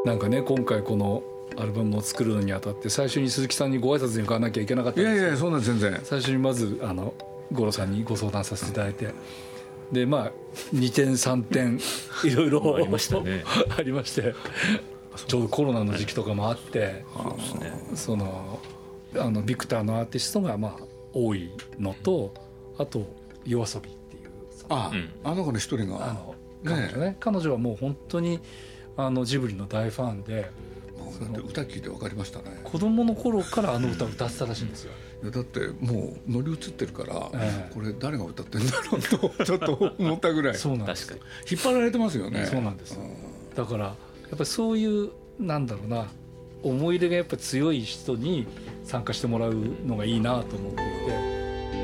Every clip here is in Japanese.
なんかね今回このアルバムを作るのにあたって最初に鈴木さんにご挨拶に伺わなきゃいけなかったんですけど、 いやいやそんな全然最初にまず五郎さんにご相談させていただいて、でまあ2点3点いろいろありましたねありまして、ちょうどコロナの時期とかもあって、 そうですね、 そのビクターのアーティストがまあ多いのと、あと夜遊びっていうあの子の一人が彼女はもう本当にジブリの大ファンで、 だって歌聞いて分かりましたね。 子供の頃から歌を歌ってたらしいんですよ。 いやだってもう乗り移ってるから、これ誰が歌ってんだろうとちょっと思ったぐらいそうなんです。 確か引っ張られてますよね。 そうなんです。だからやっぱりそういうなんだろうな、思い入れがやっぱり強い人に参加してもらうのがいいなと思っていて。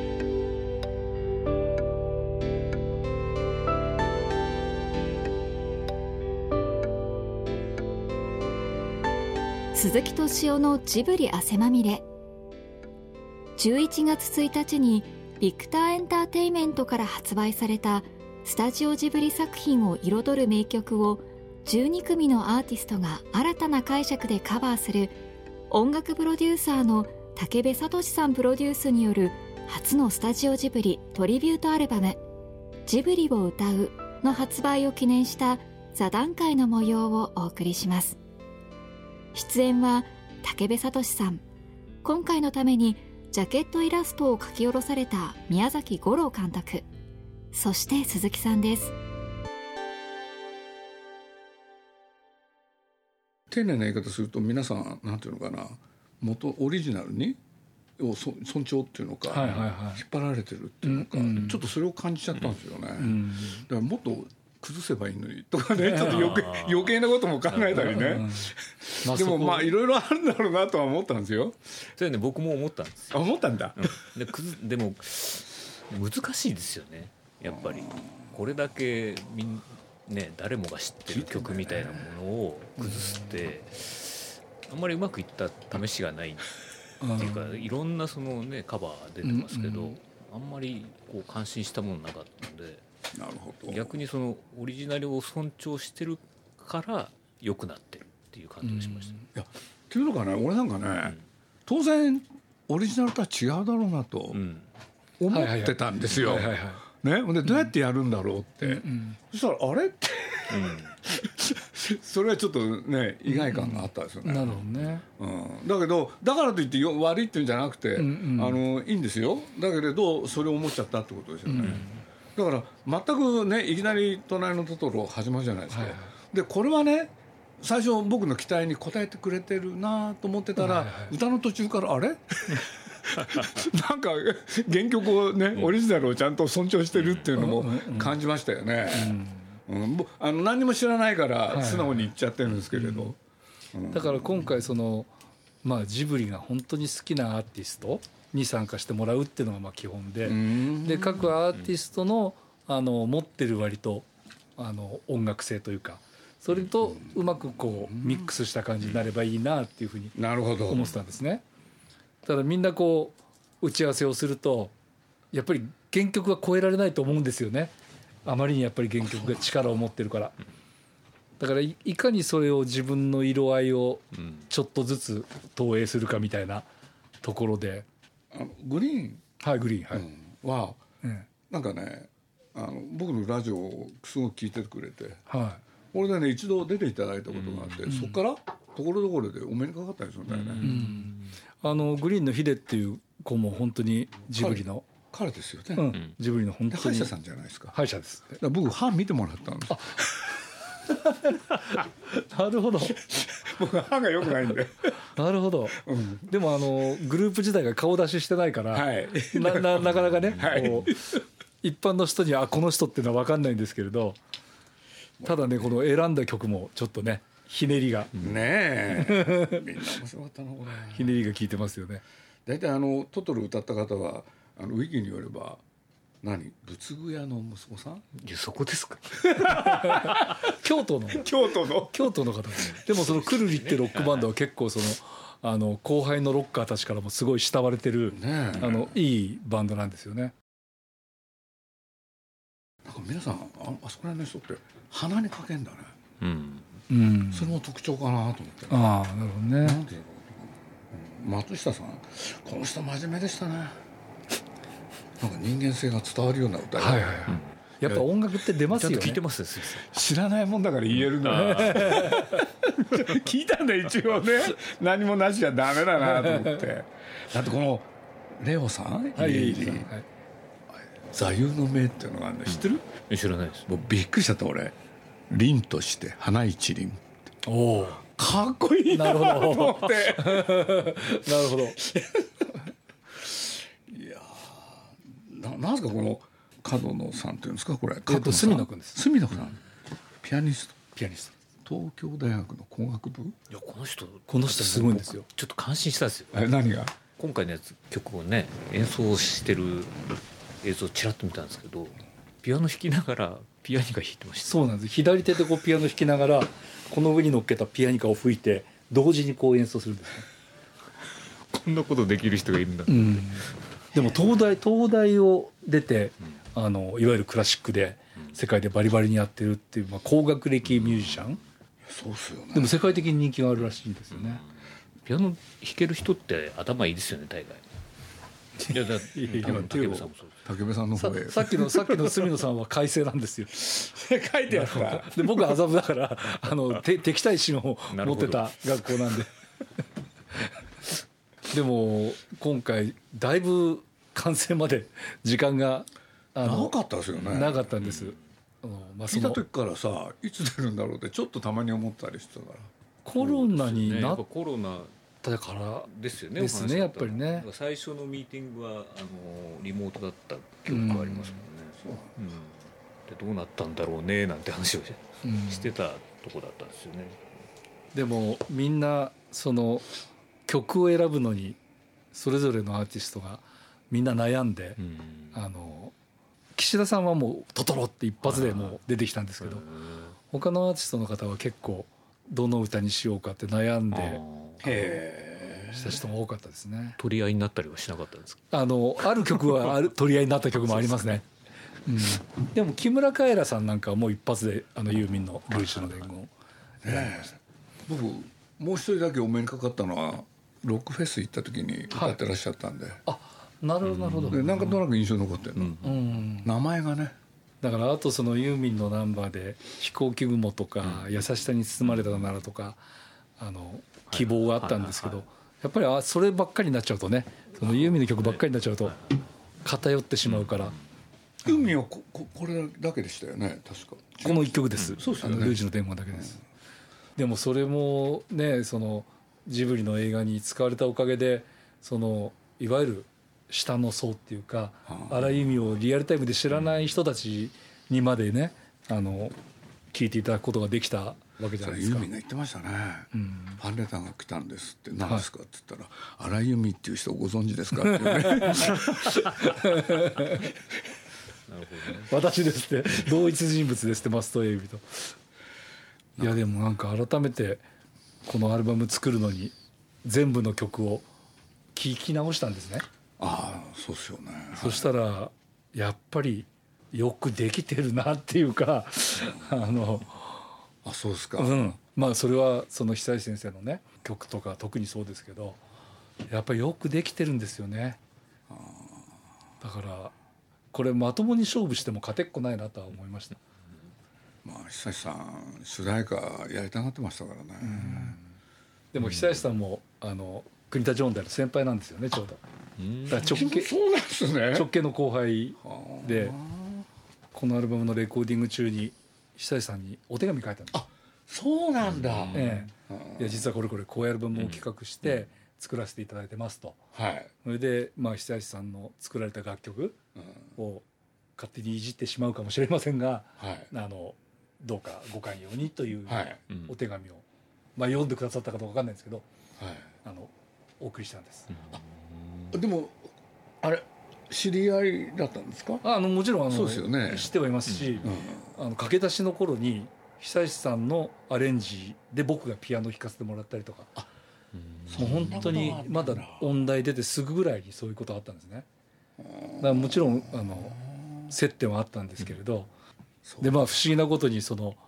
鈴木敏夫のジブリ汗まみれ。11月1日にビクターエンターテイメントから発売されたスタジオジブリ作品を彩る名曲を12組のアーティストが新たな解釈でカバーする音楽プロデューサーの武部聡さんプロデュースによる初のスタジオジブリトリビュートアルバムジブリを歌うの発売を記念した座談会の模様をお送りします。出演は武部聡さん、今回のためにジャケットイラストを描き下ろされた宮崎吾朗監督、そして鈴木さんです。 丁寧な言い方すると皆さんなんていうのかな、元オリジナルにを尊重っていうのか、引っ張られてるっていうのか、ちょっとそれを感じちゃったんですよね。だからもっと崩せばいいのにとかね、ちょっと余計なことも考えたりね、でもまあいろいろあるんだろうなとは思ったんですよ。 それね僕も思ったんですよ。 思ったんだ、 でも難しいですよね、やっぱりこれだけ誰もが知ってる曲みたいなものを崩すってあんまりうまくいった試しがないっていうか、いろんなそのねカバー出てますけど、あんまりこう感心したものなかったので、 なるほど、 逆にそのオリジナルを尊重してるから良くなってるっていう感じがしました。 いやっていうのかね、俺なんかね、当然オリジナルとは違うだろうなと思ってたんですよ。ね、でどうやってやるんだろうって、そしたらあれって、それはちょっとね意外感があったですよね。 なるほどね。 だけどだからといって悪いっていうんじゃなくて、いいんですよ。だけれどそれを思っちゃったってことですよね。だから全くね、いきなり隣のトトロ始まるじゃないですか。でこれはね、最初僕の期待に応えてくれてるなと思ってたら、歌の途中からあれなんか原曲をね、オリジナルをちゃんと尊重してるっていうのも感じましたよね。何にも知らないから素直に言っちゃってるんですけれど、 だから今回その、ジブリが本当に好きなアーティストに参加してもらうっていうのが基本で、各アーティストの持ってる割と音楽性というか、それとうまくこうミックスした感じになればいいなっていうふうに思ってたんですね。ただみんなこう打ち合わせをするとやっぱり原曲は超えられないと思うんですよね。あまりにやっぱり原曲が力を持ってるから。だからいかにそれを自分の色合いをちょっとずつ投影するかみたいなところで、 グリーンはなんかね、僕のラジオをすごく聞いてくれて、これでね一度出ていただいたことがあって、そこからところどころでお目にかかったりするんだよね。 グリーンのヒデっていう子も本当にジブリの彼ですよね。 ジブリの本当に歯医者さんじゃないですか。 歯医者です。 僕歯見てもらったんです。 なるほど。 僕歯が良くないんで。 なるほど。でもグループ自体が顔出ししてないから、なかなかね、こう一般の人にはこの人っていうのは分かんないんですけれど、ただねこの選んだ曲もちょっとねひねりがねえみんな面白かったなこれ。 ひねりが効いてますよね。 大体トトロ歌った方はウィキによれば仏具屋の息子さん。 いやそこですか。 京都の方です。でもそのくるりってロックバンドは結構その後輩のロッカーたちからもすごい慕われてる、いいバンドなんですよね。 なんか皆さんあそこら辺の人って鼻にかけんだね。 うん、 それも特徴かなと思って、 ああなるほどね。 なんていうの、松下さんこの人真面目でしたね。なんか人間性が伝わるような歌が、 はいはいはい、やっぱ音楽って出ますよね。 ちゃんと聞いてますよ。 知らないもんだから言えるな聞いたんだ一応ね。何もなしじゃダメだなと思って。だってこのレオさん、 はい、 座右の銘っていうのがあるんだ、知ってる？ 知らないです。 もうびっくりしちゃった俺。凛として花一輪。 おお、 かっこいいなと思ってなるほどいやなんすかこの角野さんっていうんですかこれ。 隅野君です。 隅野さん、ピアニスト。 東京大学の工学部。 いやこの人すごいんですよ。 ちょっと感心したんですよ。 何が？ 今回のやつ曲をね演奏してる映像をちらっと見たんですけど、ピアノ弾きながらピアニカ弾いてました。 そうなんです。左手でこうピアノ弾きながらこの上に乗っけたピアニカを吹いて同時にこう演奏するんですね。 こんなことできる人がいるんだ、 うん、でも東大を出て、いわゆるクラシックで世界でバリバリにやってるっていう、高学歴ミュージシャン、 そうっすよね。 でも世界的に人気があるらしいんですよね。 ピアノ弾ける人って頭いいですよね大概。いやだ竹部さんもそうです。 竹部さんの方でさっきの隅野さんは改正なんですよ書いてあったで僕は麻布だから敵対心を持ってた学校なんででも今回だいぶ完成まで時間がなかったですよね。 なかったんです、 聞いた時からさいつ出るんだろうってちょっとたまに思ったりしてたから。 コロナになっコロナだからですよね。 ですねやっぱりね。 最初のミーティングはリモートだった記憶がありますもんね。でどうなったんだろうねなんて話をしてたとこだったんですよね。 でもみんなその曲を選ぶのにそれぞれのアーティストがみんな悩んで、岸田さんはもうトトロって一発でもう出てきたんですけど、他のアーティストの方は結構どの歌にしようかって悩んでした人が多かったですね。 取り合いになったりはしなかったんですか？ ある曲は取り合いになった曲もありますね。でも木村カエラさんなんかはもう一発でユーミンのルイシュの伝言を選びました。 僕もう一人だけお目にかかったのはロックフェス行った時に歌ってらっしゃったんで、 なるほどなるほど。 でなんかとなく印象に残ってるの、名前がね。 だからあとそのユーミンのナンバーで飛行機雲とか、優しさに包まれたならとか希望があったんですけど、やっぱりそればっかりになっちゃうとね、そのユーミンの曲ばっかりになっちゃうと偏ってしまうから。 ユーミンはこれだけでしたよね確か。 この一曲です。 そうですよね。 ルージュの電話だけです。でもそれもねそのジブリの映画に使われたおかげでそのいわゆる下の層っていうか荒井由実をリアルタイムで知らない人たちにまでね聞いていただくことができたわけじゃないですか。 ユーミンが言ってましたね、ファンレターが来たんですって。何ですかって言ったら荒井由実っていう人をご存知ですかっていうねなるほどね。 私ですって同一人物ですって松任谷由実と。いやでもなんか改めてこのアルバム作るのに全部の曲を聴き直したんですね。 そうですよね。 そしたらやっぱりよくできてるなっていうかそうですか。 それはその久石先生のね曲とか特にそうですけどやっぱりよくできてるんですよね。だからこれまともに勝負しても勝てっこないなとは思いました。 久石さん主題歌やりたがってましたからね。 でも久石さんも国立音大の先輩なんですよねちょうど。だからそうなんですね。 直系の後輩でこのアルバムのレコーディング中に久石さんにお手紙書いたんです。 そうなんだ。 いや実はこういうアルバムを企画して作らせていただいてますと。それで久石さんの作られた楽曲を勝手にいじってしまうかもしれませんが、どうかご寛容にというお手紙を、読んでくださったかどうか分かんないんですけど、お送りしたんです。 でもあれ知り合いだったんですか？ もちろんそうですよね。 知ってはいますし、駆け出しの頃に久石さんのアレンジで僕がピアノ弾かせてもらったりとか、もう本当にまだ音大出てすぐぐらいにそういうことがあったんですね。だからもちろん接点はあったんですけれど、で不思議なことにその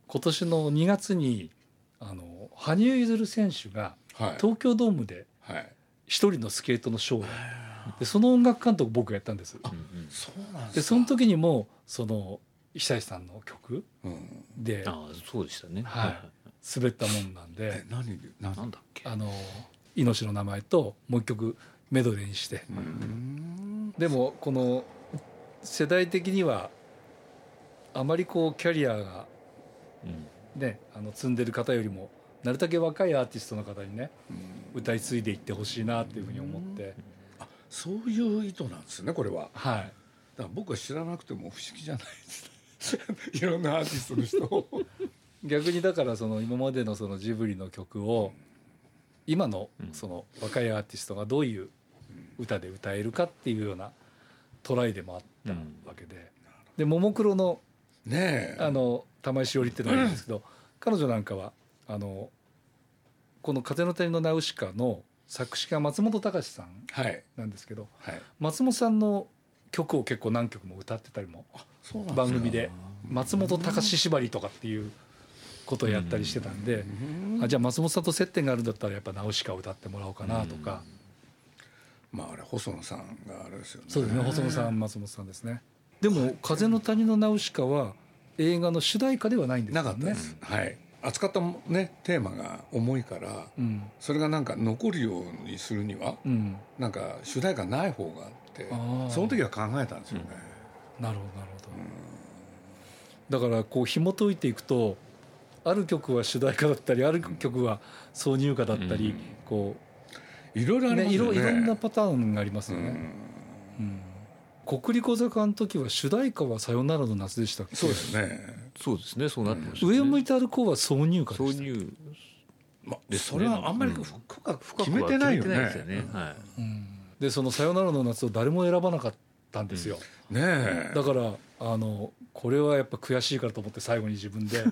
今年の2月に羽生結弦選手が東京ドームで一人のスケートのショーをでその音楽監督僕がやったんです。 そうなんですか。 でその時にも久石さんの曲で、 そうでしたね、 滑ったもんなんで、 なんだっけ、 命の名前ともう一曲メドレーにして、でもこの世代的にはあまりこうキャリアがね、積んでる方よりもなるだけ若いアーティストの方にね、歌い継いでいってほしいなっていうふうに思って、 そういう意図なんですねこれは。 はい。 だから僕は知らなくても不思議じゃないですいろんなアーティストの人を逆にだから今までのジブリの曲を今の若いアーティストがどういう歌で歌えるかっていうようなトライでもあったわけで、でももクロの玉井しおりっていうのがいるんですけど、彼女なんかはこの風の谷のナウシカの作詞が松本隆さんなんですけど、松本さんの曲を結構何曲も歌ってたりも番組で松本隆縛りとかっていうことをやったりしてたんで、じゃあ松本さんと接点があるんだったらやっぱナウシカを歌ってもらおうかなとか、 あれ細野さんがあれですよね。 そうですね、細野さん松本さんですね。でも風の谷のナウシカは映画の主題歌ではないんですよね。 なかったです。扱ったねテーマが重いから、それがなんか残るようにするには、なんか主題歌ない方があって、その時は考えたんですよね。 なるほどなるほど。だからこう紐解いていくと、ある曲は主題歌だったり、ある曲は挿入歌だったり、こういろいろありますよね。 いろんなパターンがありますよね。国立小坂の時は主題歌はさよならの夏でしたっけ。 そうですね。 そうですね、そうなってましたね。 上を向いて歩こうは挿入歌でした。 挿入でそれはあんまり深く決めてないよね。 でそのさよならの夏を誰も選ばなかったんですよ。だからこれはやっぱ悔しいからと思って最後に自分で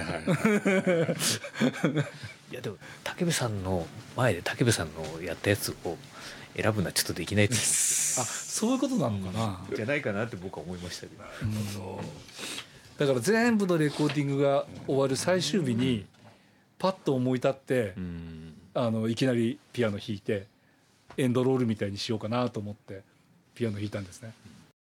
いやでも武部さんの前で武部さんのやったやつを選ぶのはちょっとできないですそういうことなのかな、 じゃないかなって僕は思いましたけど、 だから全部のレコーディングが終わる最終日にパッと思い立って、いきなりピアノ弾いてエンドロールみたいにしようかなと思ってピアノ弾いたんですね。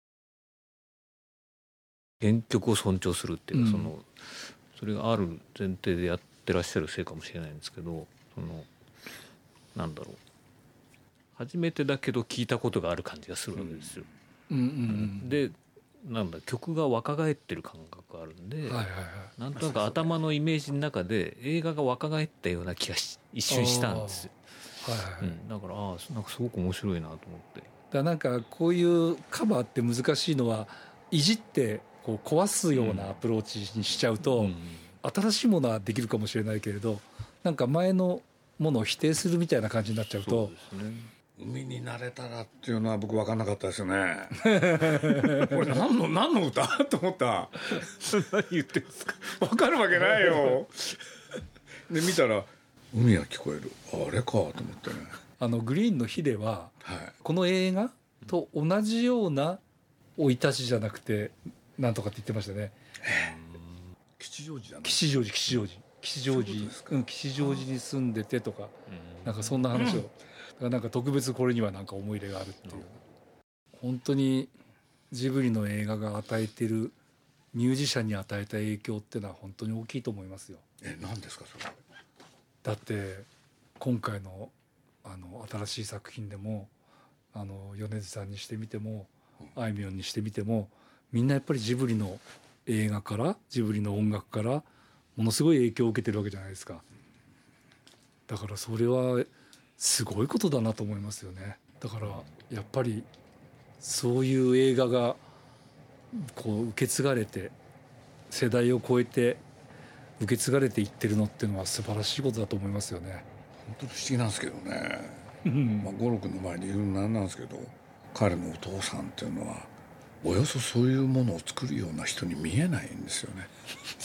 原曲を尊重するっていうか、それがある前提でやってらっしゃるせいかもしれないんですけど、なんだろう、初めてだけど聞いたことがある感じがするわけですよ。でなんだ、曲が若返ってる感覚があるんで、なんとなく頭のイメージの中で映画が若返ったような気が一瞬したんですよ。だからなんかすごく面白いなと思って。 だなんかこういうカバーって難しいのは、いじってこう壊すようなアプローチにしちゃうと、新しいものはできるかもしれないけれど、なんか前のものを否定するみたいな感じになっちゃうと、 海になれたらっていうのは僕分かんなかったですよねこれ何の歌と思った。 何言ってんですか。 分かるわけないよで見たら海が聞こえる、あれかと思ってね。 グリーンのヒデは、この映画と同じような生い立ちじゃなくてなんとかって言ってましたね。 吉祥寺だね。 吉祥寺に住んでてとか、なんかそんな話を、だからなんか特別これにはなんか思い入れがあるっていう、本当にジブリの映画が与えてる、ミュージシャンに与えた影響っていうのは本当に大きいと思いますよ。 何ですかそれ。 だって今回の新しい作品でも米津さんにしてみてもあいみょんにしてみても、みんなやっぱりジブリの映画からジブリの音楽からものすごい影響を受けてるわけじゃないですか。だからそれはすごいことだなと思いますよね。だからやっぱりそういう映画がこう受け継がれて、世代を超えて受け継がれていってるのっていうのは素晴らしいことだと思いますよね。 本当に不思議なんですけどね五郎君の前で言うのなんなんですけど、彼のお父さんっていうのはおよそそういうものを作るような人に見えないんですよね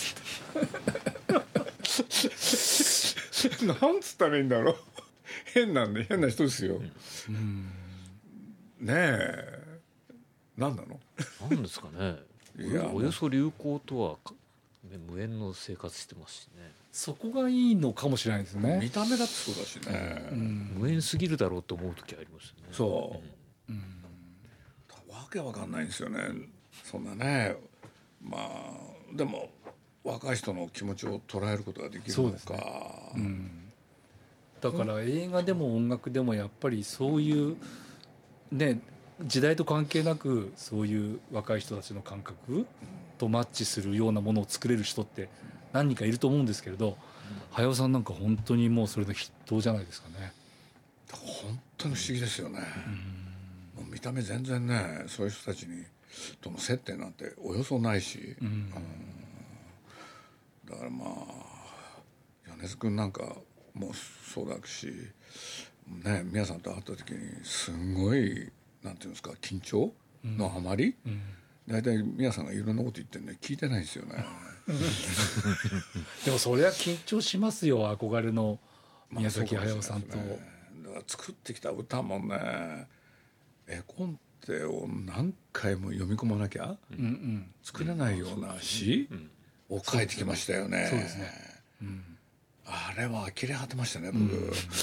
なんつったらいいんだろう変な人ですよ、ねえ、何なの。 なんですかね。およそ流行とは無縁の生活してますしね。 そこがいいのかもしれないですね。 見た目だってそうだしね、 無縁すぎるだろうと思う時ありますよね。 そう、わけわかんないんですよねそんなね。まあでも若い人の気持ちを捉えることができるのか、 だから映画でも音楽でもやっぱりそういうね時代と関係なくそういう若い人たちの感覚とマッチするようなものを作れる人って何人かいると思うんですけれど、早尾さんなんか本当にもうそれの筆頭じゃないですかね。 本当に不思議ですよね、もう見た目全然ねそういう人たちにとの接点なんておよそないし、だからまあ米津君なんかもそうだしね、宮さんと会った時にすごいなんていうんですか緊張のあまり、大体宮さんがいろんなこと言ってるんで聞いてないんですよねでもそれは緊張しますよ、憧れの宮崎駿さんと、 だから作ってきた歌もね絵コンテを何回も読み込まなきゃ作れないような詩を書いてきましたよね。 そうですね、 あれは呆れ果てましたね僕、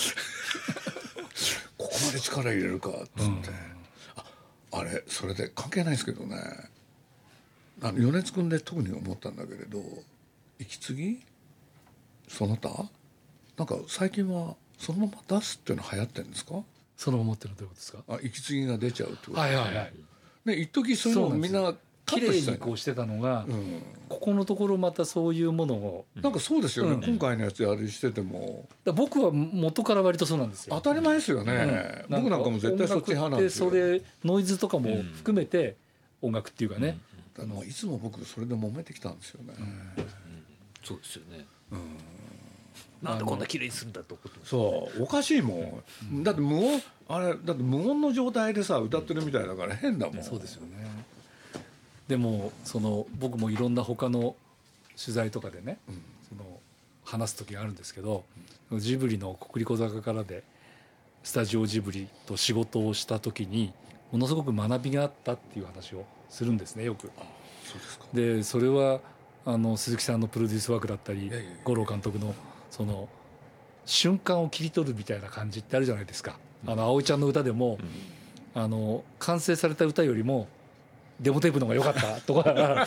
ここまで力入れるかっつって、あれそれで関係ないですけどね、米津君で特に思ったんだけれど、息継ぎその他なんか最近はそのまま出すっていうの流行ってるんですか？ そのままってのはどういうことですか？ 息継ぎが出ちゃうってことはいはいはい、 ね、一時そういうのをみんな綺麗にこうしてたのが、ここのところまたそういうものをなんかそうですよね、今回のやつやりしてても僕は元から割とそうなんですよ。 当たり前ですよね、僕なんかも絶対そっち派なんですよ。 それノイズとかも含めて音楽っていうかね、 いつも僕それで揉めてきたんですよね、 そうですよね、なんでこんな綺麗にするんだと思って。 そうおかしいもん、だって無音の状態でさ歌ってるみたいだから変だもん。 そうですよね。でも僕もいろんな他の取材とかでね、話す時があるんですけど、ジブリの国立小坂からでスタジオジブリと仕事をした時にものすごく学びがあったっていう話をするんですねよく。 そうですか。 でそれは鈴木さんのプロデュースワークだったり五郎監督のその瞬間を切り取るみたいな感じってあるじゃないですか。葵ちゃんの歌でも、完成された歌よりもデモテープの方が良かったとか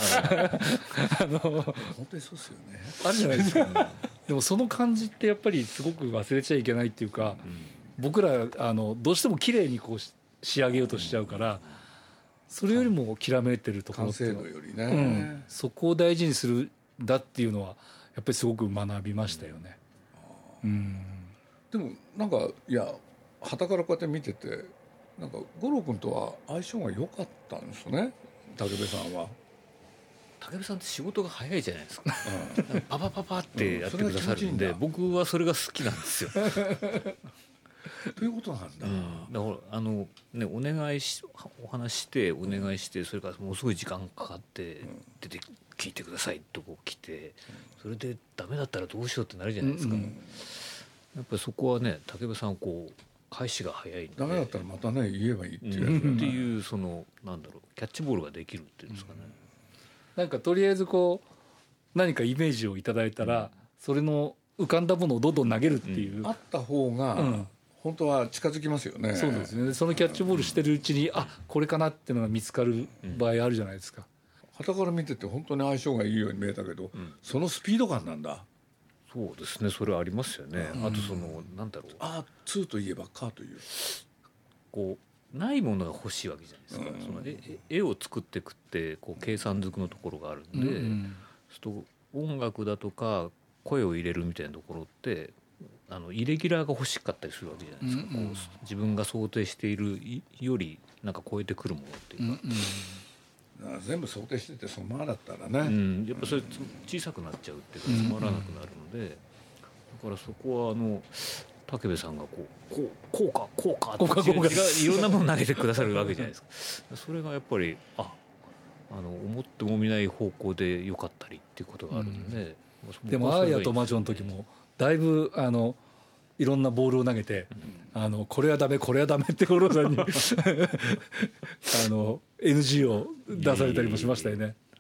本当にそうですよね。 あるじゃないですかでもその感じってやっぱりすごく忘れちゃいけないっていうか、僕らどうしても綺麗にこう仕上げようとしちゃうから、それよりもきらめいてるところっていうの完成度よりね、 そこを大事にするんだっていうのはやっぱりすごく学びましたよね。 でもなんかいや傍からこうやって見ててなんか五郎君とは相性が良かったんですよね、武部さんは。 武部さんって仕事が早いじゃないですか、パパパパってやってくださるんで、僕はそれが好きなんですよということなんだ、 だからね、お話してお願いして、それからものすごい時間かかって出て聞いてくださいとこ来て、それでダメだったらどうしようってなるじゃないですか、やっぱりそこはね武部さんこう返しが早いんで、 ダメだったらまたね言えばいいっていうやつ、 っていうなんだろうキャッチボールができるっていうんですかね、 なんかとりあえずこう何かイメージをいただいたら、それの浮かんだものをどんどん投げるっていう、 あった方が本当は近づきますよね、 そうですね。そのキャッチボールしてるうちにこれかなっていうのが見つかる場合あるじゃないですか。 傍から見てて本当に相性がいいように見えたけど、そのスピード感なんだ。 そうですね、それはありますよね、あとなんだろう、 2といえばカーというこうないものが欲しいわけじゃないですか、絵を作っていくってこう計算づくのところがあるんで、音楽だとか声を入れるみたいなところってイレギュラーが欲しかったりするわけじゃないですか、こう自分が想定しているよりなんか超えてくるものっていうか、 全部想定しててそのままだったらね、 やっぱそれ小さくなっちゃうっていうかつまらなくなるので、だからそこは武部さんがこうかっていろんなもの投げてくださるわけじゃないですかそれがやっぱり思ってもみない方向で良かったりっていうことがあるので、 でもアーヤと魔女の時もだいぶいろんなボールを投げて、これはダメこれはダメって五郎さんにNG を出されたりもしましたよね。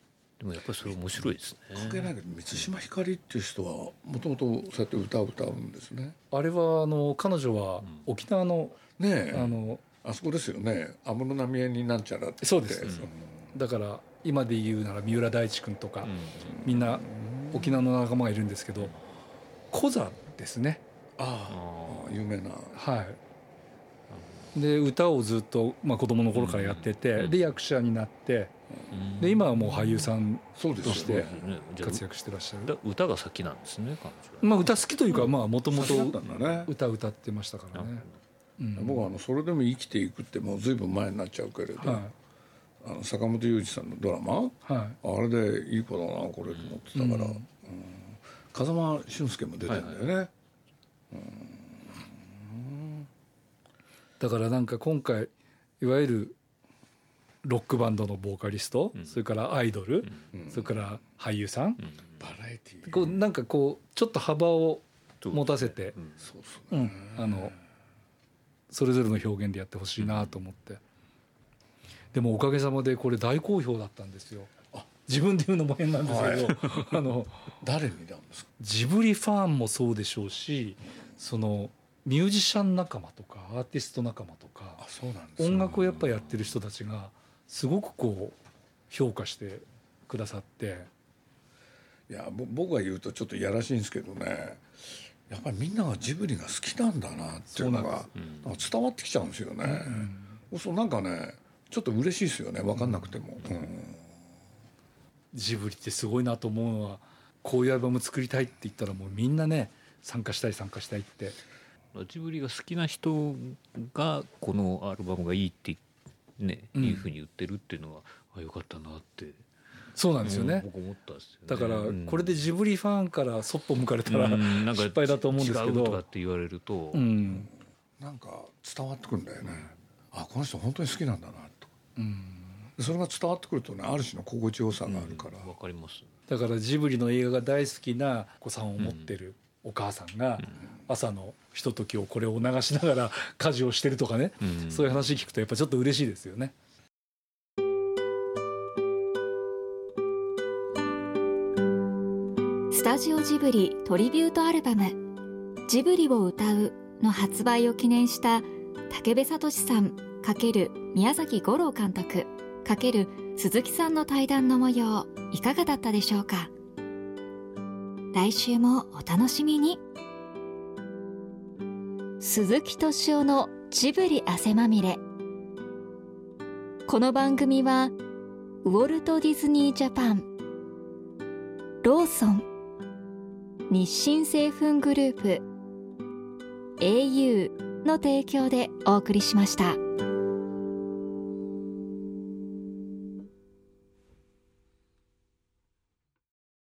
でもやっぱりそれ面白いですね。 関係ないけど満島ひかりっていう人はもともとそうやって歌を歌うんですね。 あれは彼女は沖縄の、 ねえ、あそこですよね、安室奈美恵になんちゃらって。 そうです、だから今で言うなら三浦大知君とか、みんな沖縄の仲間がいるんですけど、コザですね。 有名な。 はい。で歌をずっと、子供の頃からやってて、で役者になって、で今はもう俳優さんとして活躍してらっしゃる。 歌が先なんですね、彼女は。 歌好きというか、もともと歌歌ってましたからね。 僕はそれでも生きていくってもうずいぶん前になっちゃうけれど、坂本雄二さんのドラマ、あれでいい子だなこれと思ってたから、風間俊介も出てるんだよね。 だからなんか今回いわゆるロックバンドのボーカリスト、それからアイドル、それから俳優さん、 バラエティー、 なんかちょっと幅を持たせて、それぞれの表現でやってほしいなと思って。でもおかげさまでこれ大好評だったんですよ。自分で言うのも変なんですけど、 誰になんですか？ ジブリファンもそうでしょうし、そのミュージシャン仲間とかアーティスト仲間とか、音楽をやっぱやってる人たちがすごく評価してくださって。 いや僕が言うとちょっといやらしいんですけどね、やっぱりみんながジブリが好きなんだなっていうのが伝わってきちゃうんですよね。そうなんかねちょっと嬉しいですよね、分かんなくても。 ジブリってすごいなと思うのは、こういうアルバム作りたいって言ったらもうみんなね参加したいって。 ジブリが好きな人がこのアルバムがいいっていうふうに言ってるっていうのは、よかったなって。 そうなんですよね。 僕思ったんですよね。 だからこれでジブリファンからそっぽ向かれたら失敗だと思うんですけど、 違うとかって言われると、 なんか伝わってくるんだよね。この人本当に好きなんだなと。それが伝わってくるとね、ある種の心地よさがあるから。 わかります。 だからジブリの映画が大好きなお子さんを持ってるお母さんが朝のひとときをこれを流しながら家事をしてるとかね、そういう話聞くとやっぱちょっと嬉しいですよね。 スタジオジブリトリビュートアルバム「ジブリを歌う」の発売を記念した武部聡さん×宮崎吾朗監督×鈴木さんの対談の模様、いかがだったでしょうか。来週もお楽しみに。鈴木敏夫のジブリ汗まみれ。この番組はウォルト・ディズニー・ジャパン、ローソン、日清製粉グループ、au の提供でお送りしました。